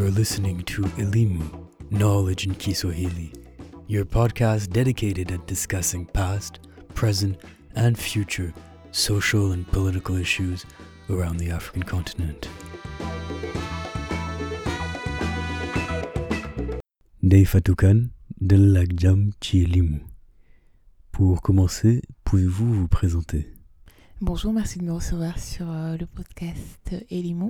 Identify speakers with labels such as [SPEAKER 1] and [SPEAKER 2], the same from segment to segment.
[SPEAKER 1] You're listening to Elimu, Knowledge in Kiswahili, your podcast dedicated at discussing past, present, and future social and political issues around the African continent. Ndei Fatukan de Lagjam Chielimu. Pour commencer, pouvez-vous vous présenter?
[SPEAKER 2] Bonjour, merci de me recevoir sur le podcast Elimu.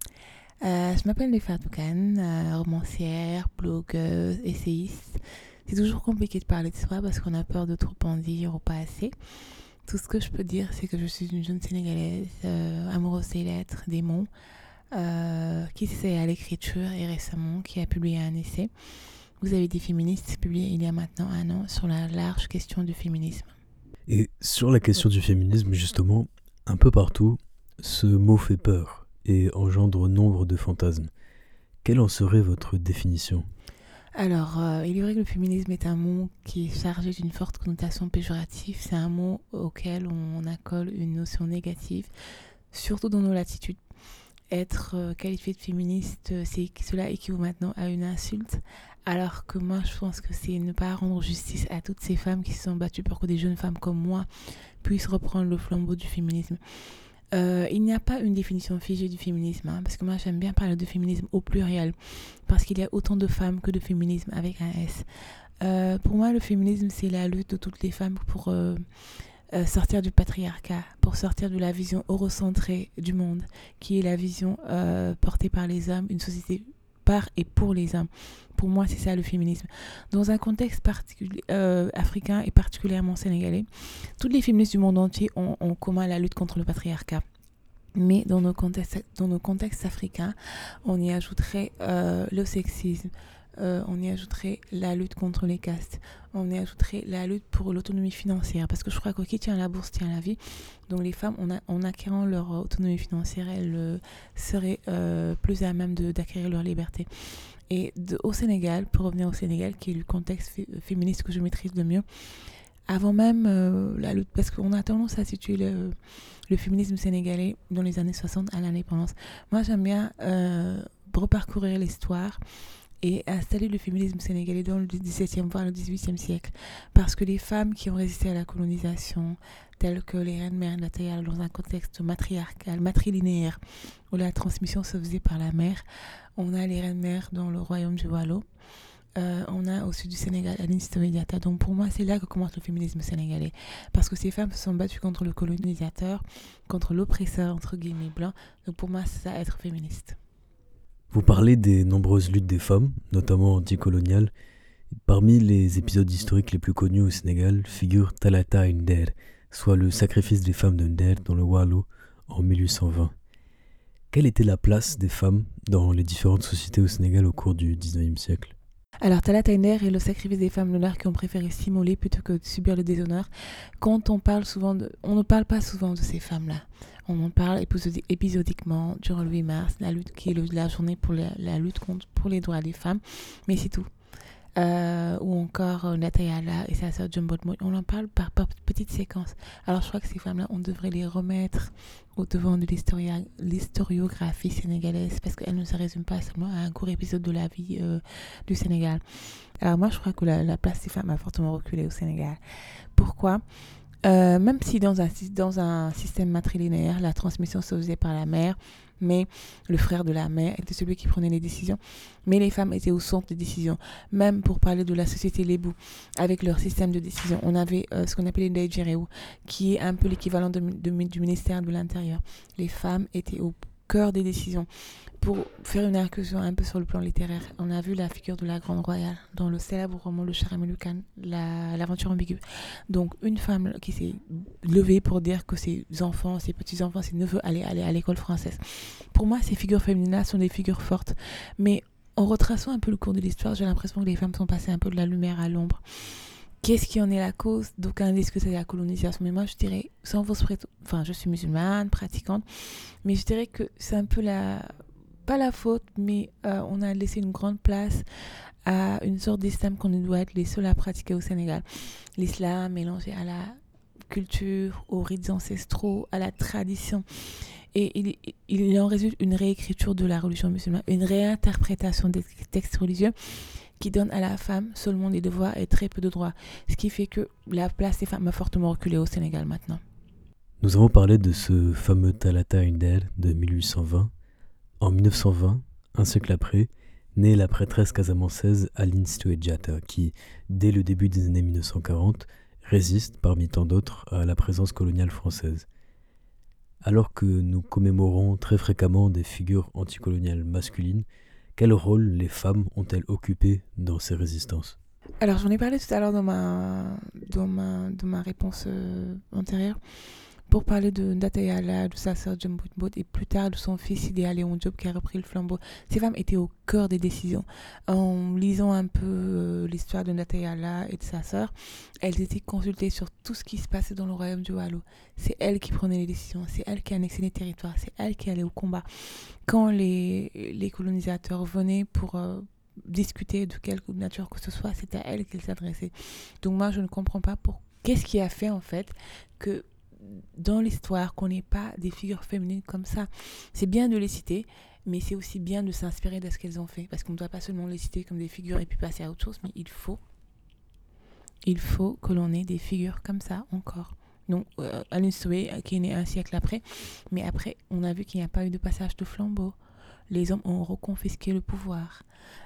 [SPEAKER 2] Je m'appelle Ndei Fatukan, romancière, blogueuse, essayiste. C'est toujours compliqué de parler de soi parce qu'on a peur de trop en dire ou pas assez. Tout ce que je peux dire, c'est que je suis une jeune Sénégalaise, amoureuse des lettres, des mots, qui s'essaye à l'écriture et récemment qui a publié un essai. Vous avez des féministes publié il y a maintenant 1 an sur la large question du féminisme.
[SPEAKER 1] Et sur la question du féminisme, justement, un peu partout, ce mot fait peur et engendre nombre de fantasmes. Quelle en serait votre définition ?
[SPEAKER 2] Alors, il est vrai que le féminisme est un mot qui est chargé d'une forte connotation péjorative. C'est un mot auquel on accole une notion négative, surtout dans nos latitudes. Être qualifié de féministe, cela équivaut maintenant à une insulte, alors que moi je pense que c'est ne pas rendre justice à toutes ces femmes qui se sont battues pour que des jeunes femmes comme moi puissent reprendre le flambeau du féminisme. Il n'y a pas une définition figée du féminisme, parce que moi j'aime bien parler de féminisme au pluriel, parce qu'il y a autant de femmes que de féminisme avec un S. Pour moi, le féminisme, c'est la lutte de toutes les femmes pour sortir du patriarcat, pour sortir de la vision eurocentrée du monde, qui est la vision portée par les hommes, une société par et pour les hommes. Pour moi, c'est ça le féminisme. Dans un contexte africain et particulièrement sénégalais, toutes les féministes du monde entier ont en commun la lutte contre le patriarcat. Mais dans nos contextes africains, on y ajouterait le sexisme, on y ajouterait la lutte contre les castes, on y ajouterait la lutte pour l'autonomie financière, parce que je crois que qui tient la bourse tient la vie. Donc les femmes, en acquérant leur autonomie financière, elles seraient plus à même d'acquérir leur liberté. Et au Sénégal, pour revenir au Sénégal, qui est le contexte féministe que je maîtrise le mieux, avant même la lutte, parce qu'on a tendance à situer le féminisme sénégalais dans les années 60 à l'indépendance. Moi, j'aime bien reparcourir l'histoire et installer le féminisme sénégalais dans le XVIIe voire le XVIIIe siècle, parce que les femmes qui ont résisté à la colonisation, telles que les reines mères Nathalie, dans un contexte matriarcal, matrilinéaire, où la transmission se faisait par la mère, on a les reines mères dans le royaume du Waalo, on a au sud du Sénégal Aline Sitoé Diatta. Donc pour moi, c'est là que commence le féminisme sénégalais, parce que ces femmes se sont battues contre le colonisateur, contre l'oppresseur entre guillemets blanc. Donc pour moi, c'est ça être féministe.
[SPEAKER 1] Vous parlez des nombreuses luttes des femmes, notamment anticoloniales. Parmi les épisodes historiques les plus connus au Sénégal figure Talata Nder, soit le sacrifice des femmes de Nder dans le Waalo en 1820. Quelle était la place des femmes dans les différentes sociétés au Sénégal au cours du XIXe siècle ?
[SPEAKER 2] Alors, Talata Nder est le sacrifice des femmes noires qui ont préféré s'immoler plutôt que de subir le déshonneur. Quand on ne parle pas souvent de ces femmes-là. On en parle épisodiquement durant le 8 mars, la lutte qui est la journée pour la lutte pour les droits des femmes, mais c'est tout. Ou encore Natayala et sa sœur Jumbo Moy, on en parle par petites séquences. Alors je crois que ces femmes-là, on devrait les remettre au devant de l'historiographie sénégalaise, parce qu'elles ne se résument pas seulement à un court épisode de la vie du Sénégal. Alors moi je crois que la place des femmes a fortement reculé au Sénégal. Pourquoi ? Même si dans un système matrilinéaire, la transmission se faisait par la mère, mais le frère de la mère était celui qui prenait les décisions. Mais les femmes étaient au centre des décisions. Même pour parler de la société Lébou, avec leur système de décision, on avait ce qu'on appelait Ndeye Djerew, qui est un peu l'équivalent du ministère de l'Intérieur. Les femmes étaient au cœur des décisions. Pour faire une incursion un peu sur le plan littéraire, on a vu la figure de la Grande Royale dans le célèbre roman Le Charamel Khan, l'aventure ambiguë. Donc une femme qui s'est levée pour dire que ses enfants, ses petits-enfants, ses neveux allaient à l'école française. Pour moi, ces figures féminines-là sont des figures fortes. Mais en retraçant un peu le cours de l'histoire, j'ai l'impression que les femmes sont passées un peu de la lumière à l'ombre. Qu'est-ce qui en est la cause ? D'aucuns disent que c'est la colonisation. Mais moi, je dirais, sans fausse enfin, je suis musulmane, pratiquante, mais je dirais que c'est un peu pas la faute, mais on a laissé une grande place à une sorte d'islam qu'on doit être les seuls à pratiquer au Sénégal. L'islam mélangé à la culture, aux rites ancestraux, à la tradition. Et il en résulte une réécriture de la religion musulmane, une réinterprétation des textes religieux qui donne à la femme seulement des devoirs et très peu de droits. Ce qui fait que la place des femmes a fortement reculé au Sénégal maintenant.
[SPEAKER 1] Nous avons parlé de ce fameux Talata Inder de 1820. En 1920, un siècle après, naît la prêtresse casamançaise Aline Sitoé Diatta qui, dès le début des années 1940, résiste, parmi tant d'autres, à la présence coloniale française. Alors que nous commémorons très fréquemment des figures anticoloniales masculines, quel rôle les femmes ont-elles occupé dans ces résistances ?
[SPEAKER 2] Alors j'en ai parlé tout à l'heure dans ma réponse antérieure, pour parler de Ndata Yalla, de sa sœur Djem Boutbout et plus tard de son fils Idéa Léon Diop qui a repris le flambeau. Ces femmes étaient au cœur des décisions. En lisant un peu l'histoire de Ndata Yalla et de sa sœur, elles étaient consultées sur tout ce qui se passait dans le royaume du Waalo. C'est elles qui prenaient les décisions, c'est elles qui annexaient les territoires, c'est elles qui allaient au combat. Quand les colonisateurs venaient pour discuter de quelque nature que ce soit, c'était à elles qu'ils s'adressaient. Donc moi je ne comprends pas qu'est-ce qui a fait en fait que dans l'histoire qu'on n'ait pas des figures féminines comme ça. C'est bien de les citer, mais c'est aussi bien de s'inspirer de ce qu'elles ont fait, parce qu'on ne doit pas seulement les citer comme des figures et puis passer à autre chose, mais il faut que l'on ait des figures comme ça encore. Donc Aline Sitoé qui est née un siècle après, mais après on a vu qu'il n'y a pas eu de passage de flambeau. Les hommes ont reconfisqué le pouvoir.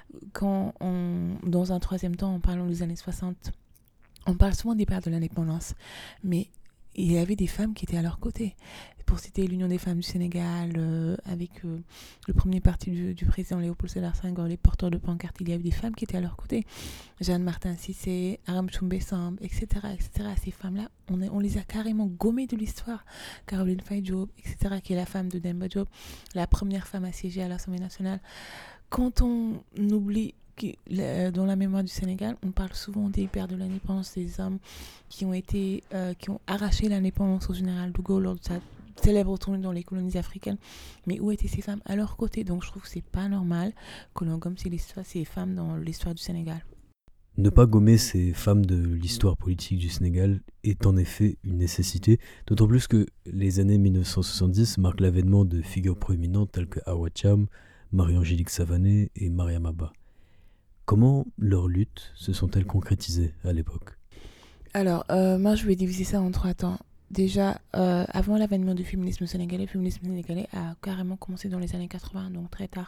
[SPEAKER 2] Dans un troisième temps, en parlant des années 60, on parle souvent des pères de l'indépendance, mais il y avait des femmes qui étaient à leur côté. Pour citer l'Union des femmes du Sénégal, avec le premier parti du président Léopold Sédar Senghor, les porteurs de pancartes, il y avait des femmes qui étaient à leur côté. Jeanne Martin Cissé, Aram Choumbe Samb, etc., etc. Ces femmes-là, on les a carrément gommées de l'histoire. Caroline Faye Diop, etc., qui est la femme de Demba Diop, la première femme assiégée à l'Assemblée nationale. Quand on oublie dans la mémoire du Sénégal, on parle souvent des pères de l'indépendance, des hommes qui ont arraché l'indépendance au général de Gaulle lors de sa célèbre tournée dans les colonies africaines. Mais où étaient ces femmes à leur côté ? Donc je trouve que c'est pas normal que l'on gomme ces femmes dans l'histoire du Sénégal.
[SPEAKER 1] Ne pas gommer ces femmes de l'histoire politique du Sénégal est en effet une nécessité, d'autant plus que les années 1970 marquent l'avènement de figures proéminentes telles que Awa Thiam, Marie-Angélique Savané et Mariam Abba. Comment leurs luttes se sont-elles concrétisées à l'époque ?
[SPEAKER 2] Alors, moi je vais diviser ça en 3 temps. Déjà, avant l'avènement du féminisme sénégalais, le féminisme sénégalais a carrément commencé dans les années 80, donc très tard.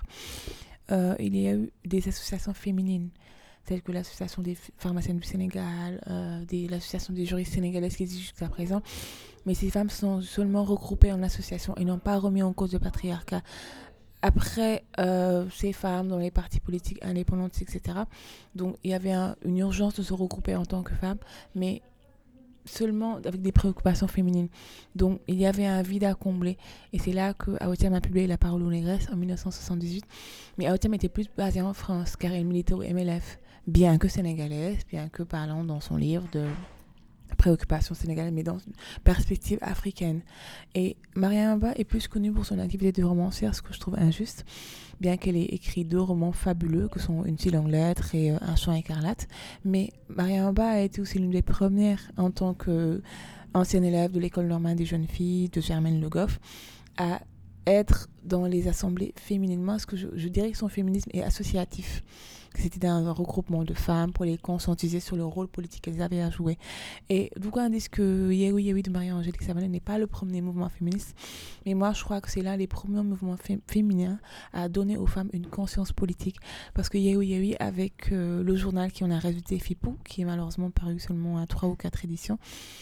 [SPEAKER 2] Il y a eu des associations féminines, telles que l'association des pharmaciennes du Sénégal, l'association des juristes sénégalaises qui existe jusqu'à présent. Mais ces femmes sont seulement regroupées en association et n'ont pas remis en cause le patriarcat. Après, ces femmes dans les partis politiques indépendantes, etc. Donc, il y avait une urgence de se regrouper en tant que femmes, mais seulement avec des préoccupations féminines. Donc, il y avait un vide à combler. Et c'est là que Awa Thiam a publié La parole aux négresses en 1978. Mais Awa Thiam était plus basée en France, car elle militait au MLF, bien que sénégalaise, bien que parlant dans son livre de préoccupation sénégalaise, mais dans une perspective africaine. Et Mariam Abba est plus connue pour son activité de romancière, ce que je trouve injuste, bien qu'elle ait écrit 2 romans fabuleux, que sont Une si longue lettre et Un chant écarlate. Mais Mariam Abba a été aussi l'une des premières, en tant qu'ancienne élève de l'école normale des jeunes filles de Germaine Le Goff, à être dans les assemblées féminines. Moi, ce que je dirais que son féminisme est associatif. C'était un regroupement de femmes pour les conscientiser sur le rôle politique qu'elles avaient à jouer. Et d'aucuns disent que Yehui Yehui de Marie-Angélique Savané n'est pas le premier mouvement féministe, mais moi je crois que c'est l'un des premiers mouvements féminins à donner aux femmes une conscience politique, parce que Yehui Yehui, avec le journal qui en a résulté, Fipou, qui est malheureusement paru seulement à 3 ou 4 éditions,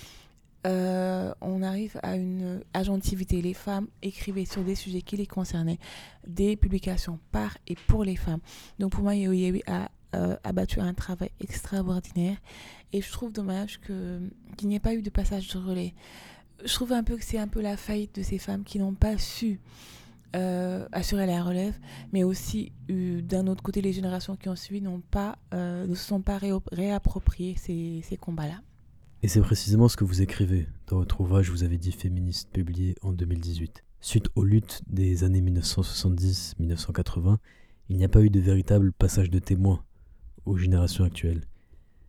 [SPEAKER 2] on arrive à une agentivité. Les femmes écrivaient sur des sujets qui les concernaient, des publications par et pour les femmes. Donc pour moi, Yehui Yehui a abattu un travail extraordinaire, et je trouve dommage qu'il n'y ait pas eu de passage de relais. Je trouve un peu que c'est un peu la faillite de ces femmes qui n'ont pas su assurer la relève, mais aussi d'un autre côté, les générations qui ont suivi ne se sont pas réappropriées ces combats-là.
[SPEAKER 1] Et c'est précisément ce que vous écrivez dans votre ouvrage, vous avez dit féministe, publié en 2018. Suite aux luttes des années 1970-1980, il n'y a pas eu de véritable passage de témoin aux générations actuelles.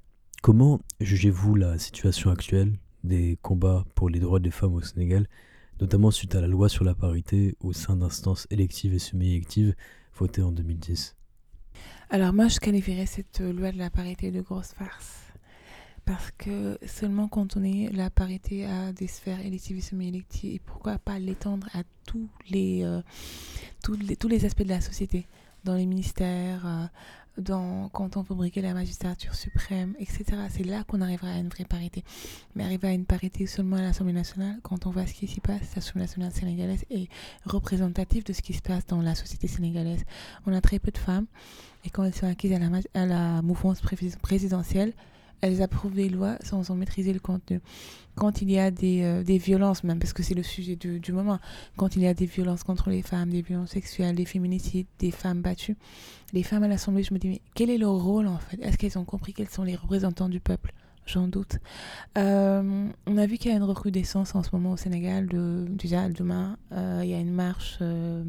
[SPEAKER 1] Comment jugez-vous la situation actuelle des combats pour les droits des femmes au Sénégal, notamment suite à la loi sur la parité au sein d'instances électives et semi-électives votée en 2010.
[SPEAKER 2] Alors moi, je qualifierais cette loi de la parité de grosse farce. Parce que seulement quand on est la parité à des sphères électives et semi-électives, et pourquoi pas l'étendre à tous les aspects de la société, dans les ministères, quand on fabriquait la magistrature suprême, etc. C'est là qu'on arrivera à une vraie parité. Mais arriver à une parité seulement à l'Assemblée nationale, quand on voit ce qui s'y passe, l'Assemblée nationale sénégalaise est représentative de ce qui se passe dans la société sénégalaise. On a très peu de femmes, et quand elles sont acquises à la mouvance présidentielle, elles approuvent des lois sans en maîtriser le contenu. Quand il y a des violences, même parce que c'est le sujet du moment, quand il y a des violences contre les femmes, des violences sexuelles, des féminicides, des femmes battues, les femmes à l'Assemblée, je me dis, mais quel est leur rôle en fait? Est-ce qu'elles ont compris qu'elles sont les représentants du peuple? J'en doute. On a vu qu'il y a une recrudescence en ce moment au Sénégal. Déjà, demain, il y a une marche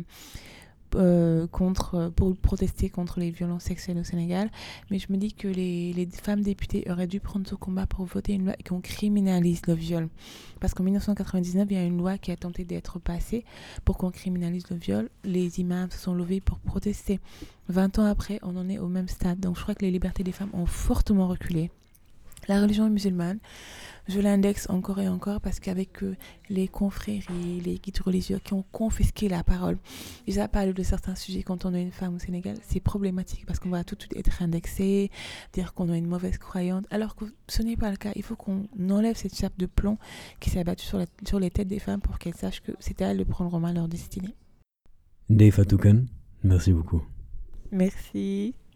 [SPEAKER 2] pour protester contre les violences sexuelles au Sénégal, mais je me dis que les femmes députées auraient dû prendre ce combat pour voter une loi qu'on criminalise le viol, parce qu'en 1999 il y a une loi qui a tenté d'être passée pour qu'on criminalise le viol. Les imams se sont levés pour protester. 20 ans après, on en est au même stade, donc je crois que les libertés des femmes ont fortement reculé. La religion musulmane, je l'indexe encore et encore parce qu'avec les confréries, les guides religieux qui ont confisqué la parole, déjà parler de certains sujets quand on est une femme au Sénégal, c'est problématique parce qu'on va tout de suite être indexé, dire qu'on a une mauvaise croyante, alors que ce n'est pas le cas. Il faut qu'on enlève cette chape de plomb qui s'est abattue sur les têtes des femmes pour qu'elles sachent que c'est à elles de prendre en main leur destinée.
[SPEAKER 1] Ndeye Fatou Kane, merci beaucoup.
[SPEAKER 2] Merci.